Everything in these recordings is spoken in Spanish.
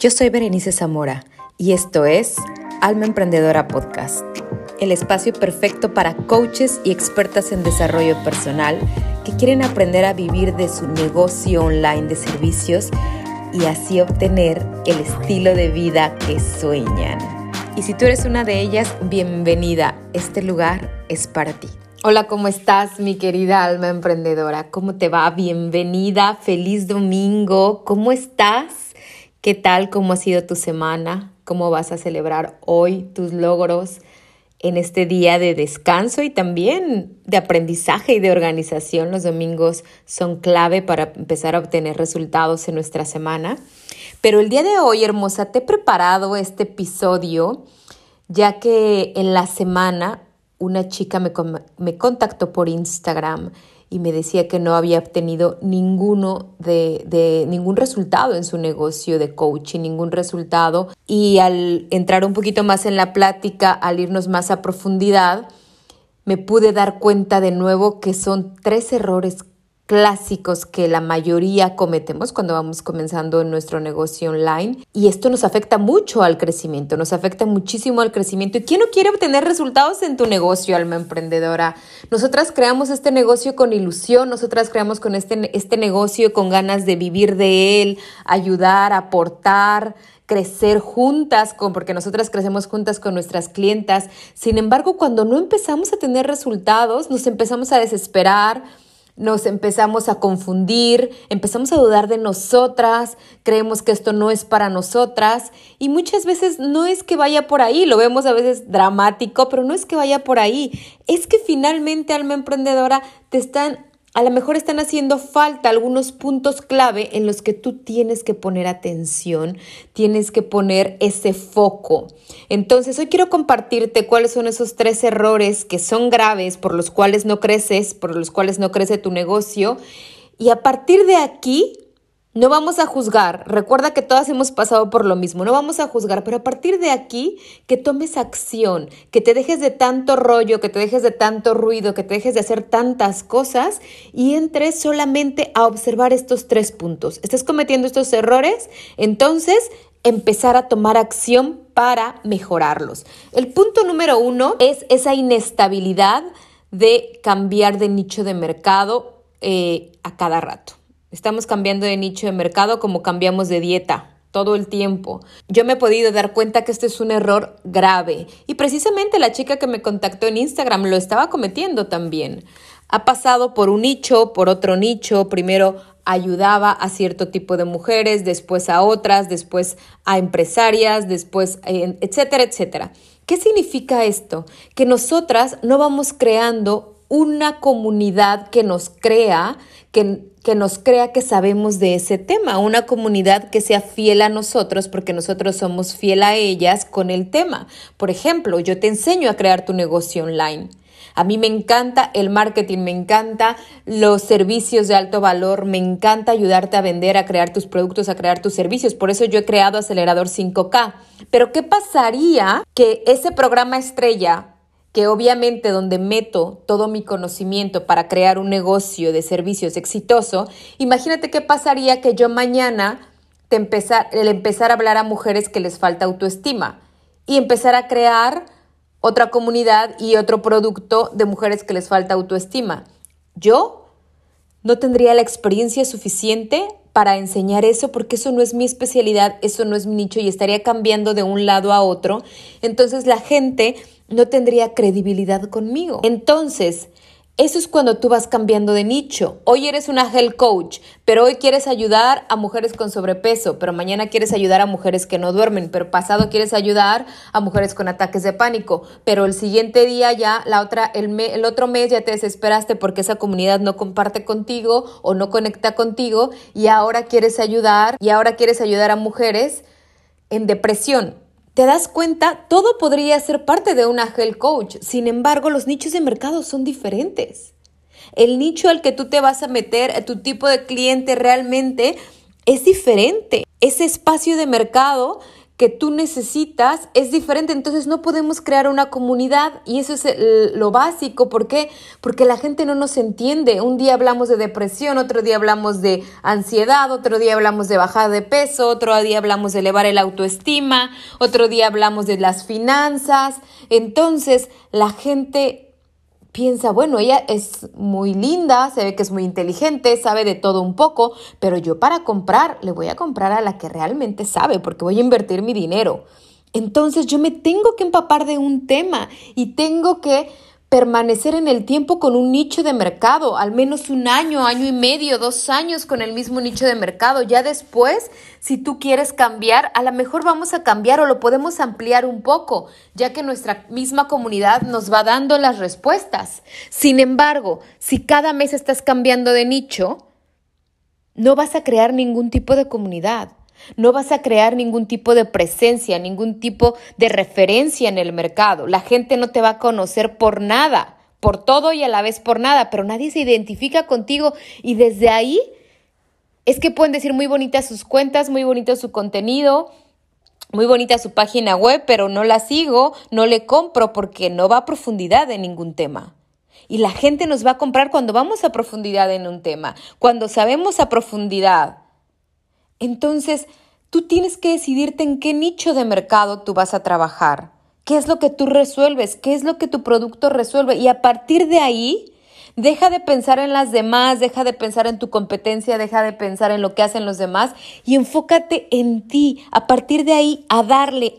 Yo soy Berenice Zamora y esto es Alma Emprendedora Podcast, el espacio perfecto para coaches y expertas en desarrollo personal que quieren aprender a vivir de su negocio online de servicios y así obtener el estilo de vida que sueñan. Y si tú eres una de ellas, bienvenida. Este lugar es para ti. Hola, ¿cómo estás, mi querida alma emprendedora? ¿Cómo te va? Bienvenida, feliz domingo. ¿Cómo estás? ¿Qué tal? ¿Cómo ha sido tu semana? ¿Cómo vas a celebrar hoy tus logros en este día de descanso y también de aprendizaje y de organización? Los domingos son clave para empezar a obtener resultados en nuestra semana. Pero el día de hoy, hermosa, te he preparado este episodio ya que en la semana una chica me contactó por Instagram y me decía que no había obtenido ningún resultado en su negocio de coaching, ningún resultado. Y al entrar un poquito más en la plática, al irnos más a profundidad, me pude dar cuenta de nuevo que son 3 errores clásicos que la mayoría cometemos cuando vamos comenzando en nuestro negocio online, y esto nos afecta mucho al crecimiento, nos afecta muchísimo al crecimiento. ¿Y quién no quiere obtener resultados en tu negocio, alma emprendedora? Nosotras creamos este negocio con ilusión, nosotras creamos con este negocio con ganas de vivir de él, ayudar, aportar, crecer juntas, porque nosotras crecemos juntas con nuestras clientas. Sin embargo, cuando no empezamos a tener resultados, nos empezamos a desesperar, nos empezamos a confundir, empezamos a dudar de nosotras, creemos que esto no es para nosotras y muchas veces no es que vaya por ahí, lo vemos a veces dramático, pero no es que vaya por ahí, es que finalmente, alma emprendedora, a lo mejor están haciendo falta algunos puntos clave en los que tú tienes que poner atención, tienes que poner ese foco. Entonces, hoy quiero compartirte cuáles son esos 3 errores que son graves, por los cuales no creces, por los cuales no crece tu negocio. Y a partir de aquí, no vamos a juzgar. Recuerda que todas hemos pasado por lo mismo. No vamos a juzgar, pero a partir de aquí, que tomes acción, que te dejes de tanto rollo, que te dejes de tanto ruido, que te dejes de hacer tantas cosas y entres solamente a observar estos 3 puntos. ¿Estás cometiendo estos errores? Entonces, empezar a tomar acción para mejorarlos. El punto número 1 es esa inestabilidad de cambiar de nicho de mercado a cada rato. Estamos cambiando de nicho de mercado como cambiamos de dieta todo el tiempo. Yo me he podido dar cuenta que este es un error grave y precisamente la chica que me contactó en Instagram lo estaba cometiendo también. Ha pasado por un nicho, por otro nicho, primero ayudaba a cierto tipo de mujeres, después a otras, después a empresarias, después etcétera, etcétera. ¿Qué significa esto? Que nosotras no vamos creando una comunidad que nos crea que sabemos de ese tema, una comunidad que sea fiel a nosotros porque nosotros somos fiel a ellas con el tema. Por ejemplo, yo te enseño a crear tu negocio online. A mí me encanta el marketing, me encanta los servicios de alto valor, me encanta ayudarte a vender, a crear tus productos, a crear tus servicios. Por eso yo he creado Acelerador 5K. Pero ¿qué pasaría que ese programa estrella, que obviamente donde meto todo mi conocimiento para crear un negocio de servicios exitoso, imagínate qué pasaría que yo mañana empezar a hablar a mujeres que les falta autoestima y empezar a crear otra comunidad y otro producto de mujeres que les falta autoestima? Yo no tendría la experiencia suficiente para enseñar eso porque eso no es mi especialidad, eso no es mi nicho y estaría cambiando de un lado a otro. Entonces la gente no tendría credibilidad conmigo. Entonces, eso es cuando tú vas cambiando de nicho. Hoy eres una health coach, pero hoy quieres ayudar a mujeres con sobrepeso, pero mañana quieres ayudar a mujeres que no duermen, pero pasado quieres ayudar a mujeres con ataques de pánico, pero el siguiente día ya, el otro mes ya te desesperaste porque esa comunidad no comparte contigo o no conecta contigo y ahora quieres ayudar a mujeres en depresión. ¿Te das cuenta? Todo podría ser parte de una health coach. Sin embargo, los nichos de mercado son diferentes. El nicho al que tú te vas a meter, tu tipo de cliente realmente es diferente. Ese espacio de mercado que tú necesitas es diferente, entonces no podemos crear una comunidad y eso es lo básico. ¿Por qué? Porque la gente no nos entiende. Un día hablamos de depresión, otro día hablamos de ansiedad, otro día hablamos de bajar de peso, otro día hablamos de elevar el autoestima, otro día hablamos de las finanzas. Entonces la gente piensa, bueno, ella es muy linda, se ve que es muy inteligente, sabe de todo un poco, pero yo para comprar le voy a comprar a la que realmente sabe porque voy a invertir mi dinero. Entonces yo me tengo que empapar de un tema y tengo que permanecer en el tiempo con un nicho de mercado, al menos un año, año y medio, 2 años con el mismo nicho de mercado. Ya después, si tú quieres cambiar, a lo mejor vamos a cambiar o lo podemos ampliar un poco, ya que nuestra misma comunidad nos va dando las respuestas. Sin embargo, si cada mes estás cambiando de nicho, no vas a crear ningún tipo de comunidad. No vas a crear ningún tipo de presencia, ningún tipo de referencia en el mercado. La gente no te va a conocer por nada, por todo y a la vez por nada, pero nadie se identifica contigo y desde ahí es que pueden decir muy bonitas sus cuentas, muy bonito su contenido, muy bonita su página web, pero no la sigo, no le compro porque no va a profundidad en ningún tema. Y la gente nos va a comprar cuando vamos a profundidad en un tema, cuando sabemos a profundidad. Entonces, tú tienes que decidirte en qué nicho de mercado tú vas a trabajar, qué es lo que tú resuelves, qué es lo que tu producto resuelve y a partir de ahí, deja de pensar en las demás, deja de pensar en tu competencia, deja de pensar en lo que hacen los demás y enfócate en ti. A partir de ahí, a darle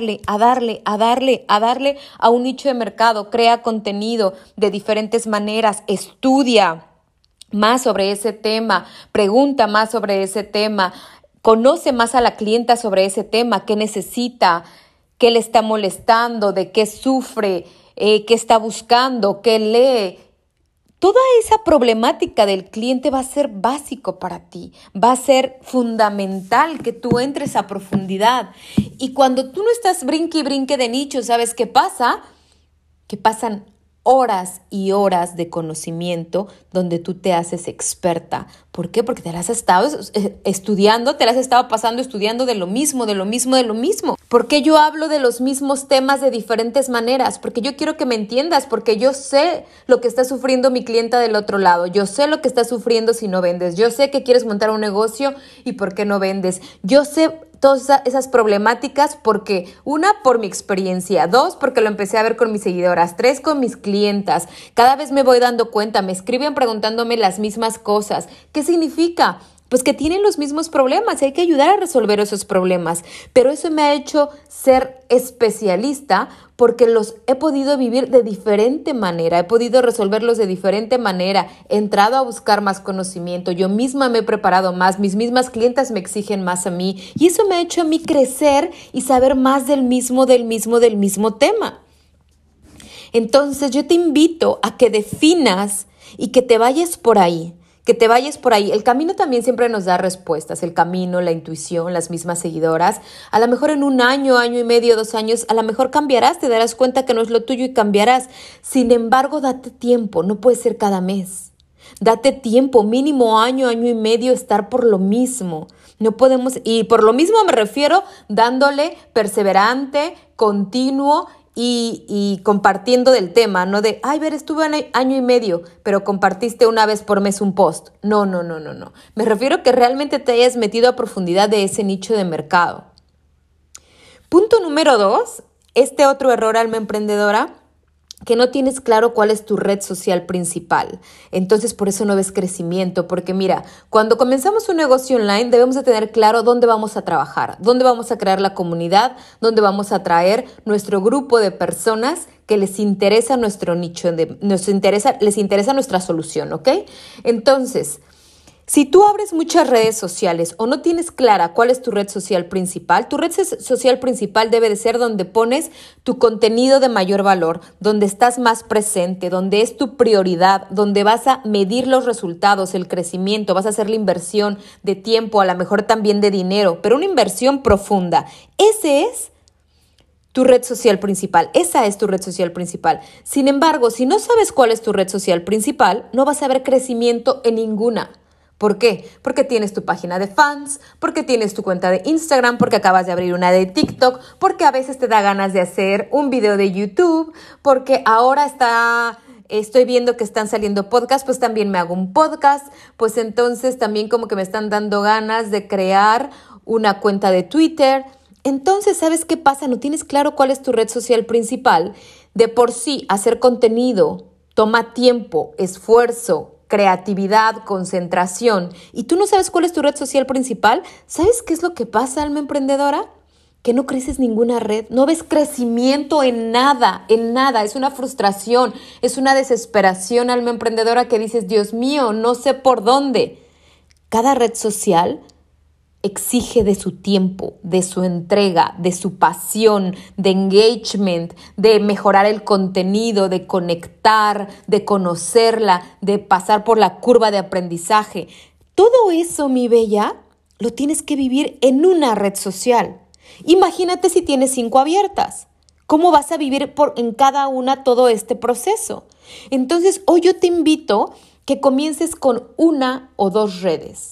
a un nicho de mercado, crea contenido de diferentes maneras, estudia más sobre ese tema, pregunta más sobre ese tema, conoce más a la clienta sobre ese tema, qué necesita, qué le está molestando, de qué sufre, qué está buscando, qué lee. Toda esa problemática del cliente va a ser básico para ti, va a ser fundamental que tú entres a profundidad. Y cuando tú no estás brinque y brinque de nicho, ¿sabes qué pasa? Que pasan horas y horas de conocimiento donde tú te haces experta. ¿Por qué? Porque te las has estado estudiando, te las has estado pasando estudiando de lo mismo. ¿Por qué yo hablo de los mismos temas de diferentes maneras? Porque yo quiero que me entiendas, porque yo sé lo que está sufriendo mi clienta del otro lado. Yo sé lo que está sufriendo si no vendes. Yo sé que quieres montar un negocio y por qué no vendes. Yo sé todas esas problemáticas porque, 1, por mi experiencia, 2, porque lo empecé a ver con mis seguidoras, 3, con mis clientas. Cada vez me voy dando cuenta, me escriben preguntándome las mismas cosas. ¿Qué significa? Pues que tienen los mismos problemas y hay que ayudar a resolver esos problemas. Pero eso me ha hecho ser especialista porque los he podido vivir de diferente manera, he podido resolverlos de diferente manera, he entrado a buscar más conocimiento, yo misma me he preparado más, mis mismas clientas me exigen más a mí y eso me ha hecho a mí crecer y saber más del mismo tema. Entonces yo te invito a que definas y que te vayas por ahí. El camino también siempre nos da respuestas, el camino, la intuición, las mismas seguidoras. A lo mejor en un año, año y medio, 2 años, a lo mejor cambiarás, te darás cuenta que no es lo tuyo y cambiarás. Sin embargo, date tiempo, no puede ser cada mes. Date tiempo, mínimo año, año y medio, estar por lo mismo. No podemos, y por lo mismo me refiero dándole perseverante, continuo y compartiendo del tema, no de, estuve año y medio, pero compartiste una vez por mes un post. No. Me refiero a que realmente te hayas metido a profundidad de ese nicho de mercado. Punto número 2, este otro error, alma emprendedora, que no tienes claro cuál es tu red social principal. Entonces, por eso no ves crecimiento, porque mira, cuando comenzamos un negocio online debemos de tener claro dónde vamos a trabajar, dónde vamos a crear la comunidad, dónde vamos a traer nuestro grupo de personas que les interesa nuestro nicho, les interesa nuestra solución, ¿ok? Entonces, si tú abres muchas redes sociales o no tienes clara cuál es tu red social principal, tu red social principal debe de ser donde pones tu contenido de mayor valor, donde estás más presente, donde es tu prioridad, donde vas a medir los resultados, el crecimiento, vas a hacer la inversión de tiempo, a lo mejor también de dinero, pero una inversión profunda. Ese es tu red social principal, esa es tu red social principal. Sin embargo, si no sabes cuál es tu red social principal, no vas a ver crecimiento en ninguna. ¿Por qué? Porque tienes tu página de fans, porque tienes tu cuenta de Instagram, porque acabas de abrir una de TikTok, porque a veces te da ganas de hacer un video de YouTube, porque ahora estoy viendo que están saliendo podcasts, pues también me hago un podcast, pues entonces también como que me están dando ganas de crear una cuenta de Twitter. Entonces, ¿sabes qué pasa? No tienes claro cuál es tu red social principal. De por sí, hacer contenido toma tiempo, esfuerzo, creatividad, concentración, y tú no sabes cuál es tu red social principal. ¿Sabes qué es lo que pasa, alma emprendedora? Que no creces ninguna red, no ves crecimiento en nada, es una frustración, es una desesperación, alma emprendedora, que dices, Dios mío, no sé por dónde. Cada red social exige de su tiempo, de su entrega, de su pasión, de engagement, de mejorar el contenido, de conectar, de conocerla, de pasar por la curva de aprendizaje. Todo eso, mi bella, lo tienes que vivir en una red social. Imagínate si tienes 5 abiertas. ¿Cómo vas a vivir en cada una todo este proceso? Entonces, hoy yo te invito que comiences con 1 o 2 redes.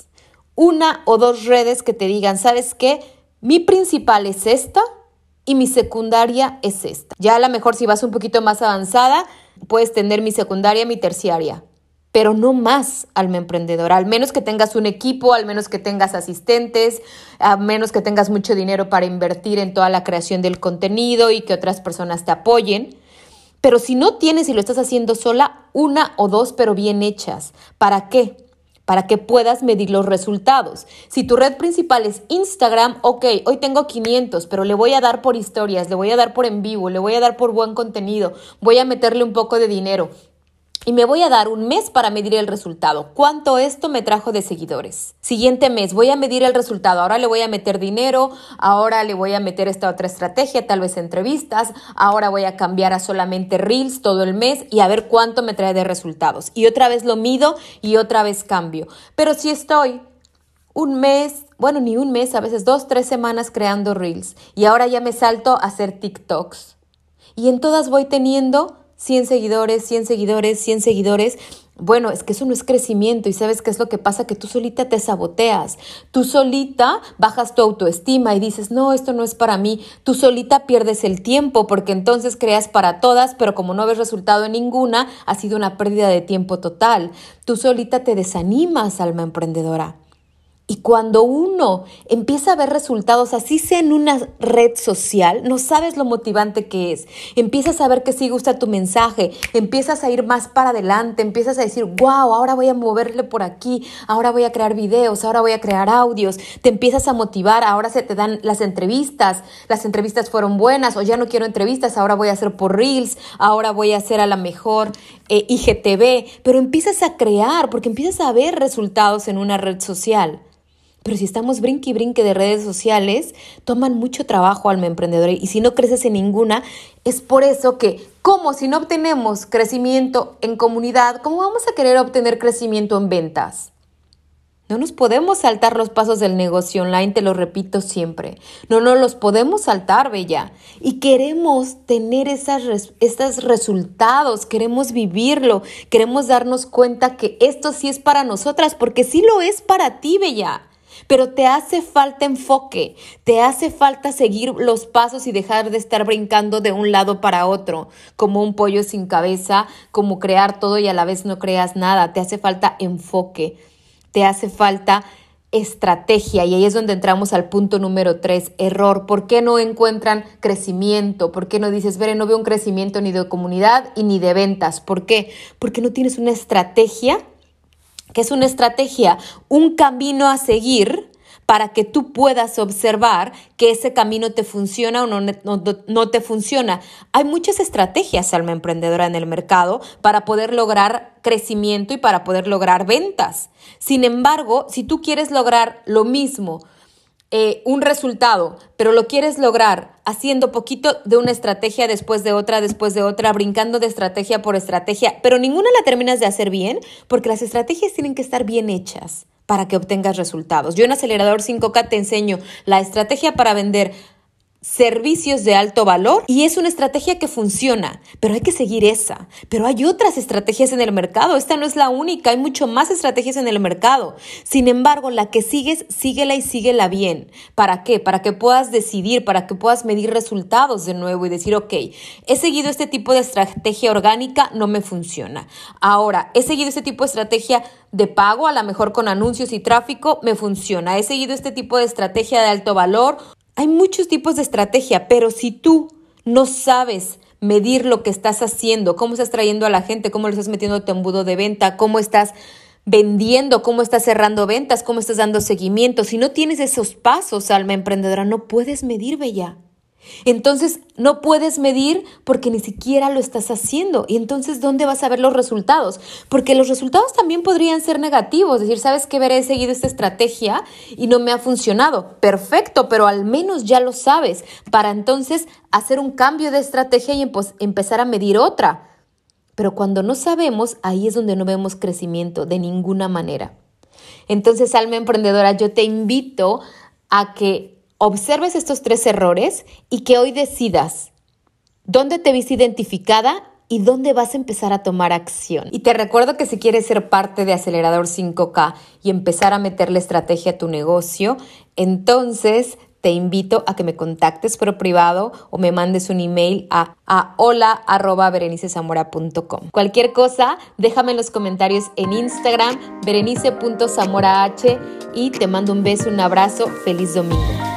1 o 2 redes que te digan, ¿sabes qué? Mi principal es esta y mi secundaria es esta. Ya a lo mejor si vas un poquito más avanzada, puedes tener mi secundaria, mi terciaria. Pero no más, alma emprendedora, al menos que tengas un equipo, al menos que tengas asistentes, a menos que tengas mucho dinero para invertir en toda la creación del contenido y que otras personas te apoyen. Pero si no tienes y lo estás haciendo sola, 1 o 2, pero bien hechas. ¿Para qué? Para que puedas medir los resultados. Si tu red principal es Instagram, ok, hoy tengo 500, pero le voy a dar por historias, le voy a dar por en vivo, le voy a dar por buen contenido, voy a meterle un poco de dinero. Y me voy a dar un mes para medir el resultado. ¿Cuánto esto me trajo de seguidores? Siguiente mes, voy a medir el resultado. Ahora le voy a meter dinero, ahora le voy a meter esta otra estrategia, tal vez entrevistas. Ahora voy a cambiar a solamente Reels todo el mes y a ver cuánto me trae de resultados. Y otra vez lo mido y otra vez cambio. Pero si estoy un mes, bueno, ni un mes, a veces 2, 3 semanas creando Reels y ahora ya me salto a hacer TikToks. Y en todas voy teniendo 100 seguidores, 100 seguidores, 100 seguidores. Bueno, es que eso no es crecimiento. ¿Y sabes qué es lo que pasa? Que tú solita te saboteas. Tú solita bajas tu autoestima y dices, no, esto no es para mí. Tú solita pierdes el tiempo porque entonces creas para todas, pero como no ves resultado en ninguna, ha sido una pérdida de tiempo total. Tú solita te desanimas, alma emprendedora. Y cuando uno empieza a ver resultados, así sea en una red social, no sabes lo motivante que es. Empiezas a ver que sí gusta tu mensaje, empiezas a ir más para adelante, empiezas a decir, wow, ahora voy a moverle por aquí, ahora voy a crear videos, ahora voy a crear audios. Te empiezas a motivar, ahora se te dan las entrevistas fueron buenas, o ya no quiero entrevistas, ahora voy a hacer por Reels, ahora voy a hacer a la mejor IGTV, pero empiezas a crear porque empiezas a ver resultados en una red social. Pero si estamos brinque y brinque de redes sociales, toman mucho trabajo, alma emprendedora. Y si no creces en ninguna, es por eso que, como si no obtenemos crecimiento en comunidad, ¿cómo vamos a querer obtener crecimiento en ventas? No nos podemos saltar los pasos del negocio online, te lo repito siempre. No nos los podemos saltar, bella. Y queremos tener estos resultados, queremos vivirlo, queremos darnos cuenta que esto sí es para nosotras, porque sí lo es para ti, bella. Pero te hace falta enfoque, te hace falta seguir los pasos y dejar de estar brincando de un lado para otro, como un pollo sin cabeza, como crear todo y a la vez no creas nada. Te hace falta enfoque, te hace falta estrategia y ahí es donde entramos al punto número 3, error. ¿Por qué no encuentran crecimiento? ¿Por qué no dices, Bere, no veo un crecimiento ni de comunidad y ni de ventas? ¿Por qué? Porque no tienes una estrategia. ¿Qué es una estrategia? Un camino a seguir para que tú puedas observar que ese camino te funciona o no te funciona. Hay muchas estrategias, alma emprendedora, en el mercado para poder lograr crecimiento y para poder lograr ventas. Sin embargo, si tú quieres lograr lo mismo, un resultado, pero lo quieres lograr haciendo poquito de una estrategia después de otra, brincando de estrategia por estrategia, pero ninguna la terminas de hacer bien, porque las estrategias tienen que estar bien hechas para que obtengas resultados. Yo en Acelerador 5K te enseño la estrategia para vender servicios de alto valor y es una estrategia que funciona, pero hay que seguir esa. Pero hay otras estrategias en el mercado, esta no es la única, hay mucho más estrategias en el mercado. Sin embargo, la que sigues, síguela y síguela bien. ¿Para qué? Para que puedas decidir, para que puedas medir resultados de nuevo y decir, ok, he seguido este tipo de estrategia orgánica, no me funciona. Ahora, he seguido este tipo de estrategia de pago, a lo mejor con anuncios y tráfico, me funciona. He seguido este tipo de estrategia de alto valor. Hay muchos tipos de estrategia, pero si tú no sabes medir lo que estás haciendo, cómo estás trayendo a la gente, cómo le estás metiendo a tu embudo de venta, cómo estás vendiendo, cómo estás cerrando ventas, cómo estás dando seguimiento, si no tienes esos pasos, alma emprendedora, no puedes medir, bella. Entonces, no puedes medir porque ni siquiera lo estás haciendo. Y entonces, ¿dónde vas a ver los resultados? Porque los resultados también podrían ser negativos. Es decir, ¿sabes qué? He seguido esta estrategia y no me ha funcionado. Perfecto, pero al menos ya lo sabes. Para entonces hacer un cambio de estrategia y empezar a medir otra. Pero cuando no sabemos, ahí es donde no vemos crecimiento de ninguna manera. Entonces, alma emprendedora, yo te invito a que observes estos 3 errores y que hoy decidas dónde te ves identificada y dónde vas a empezar a tomar acción. Y te recuerdo que si quieres ser parte de Acelerador 5K y empezar a meterle estrategia a tu negocio, entonces te invito a que me contactes por privado o me mandes un email a hola@berenicezamora.com. Cualquier cosa, déjame en los comentarios en Instagram, berenice.zamorah, y te mando un beso, un abrazo, feliz domingo.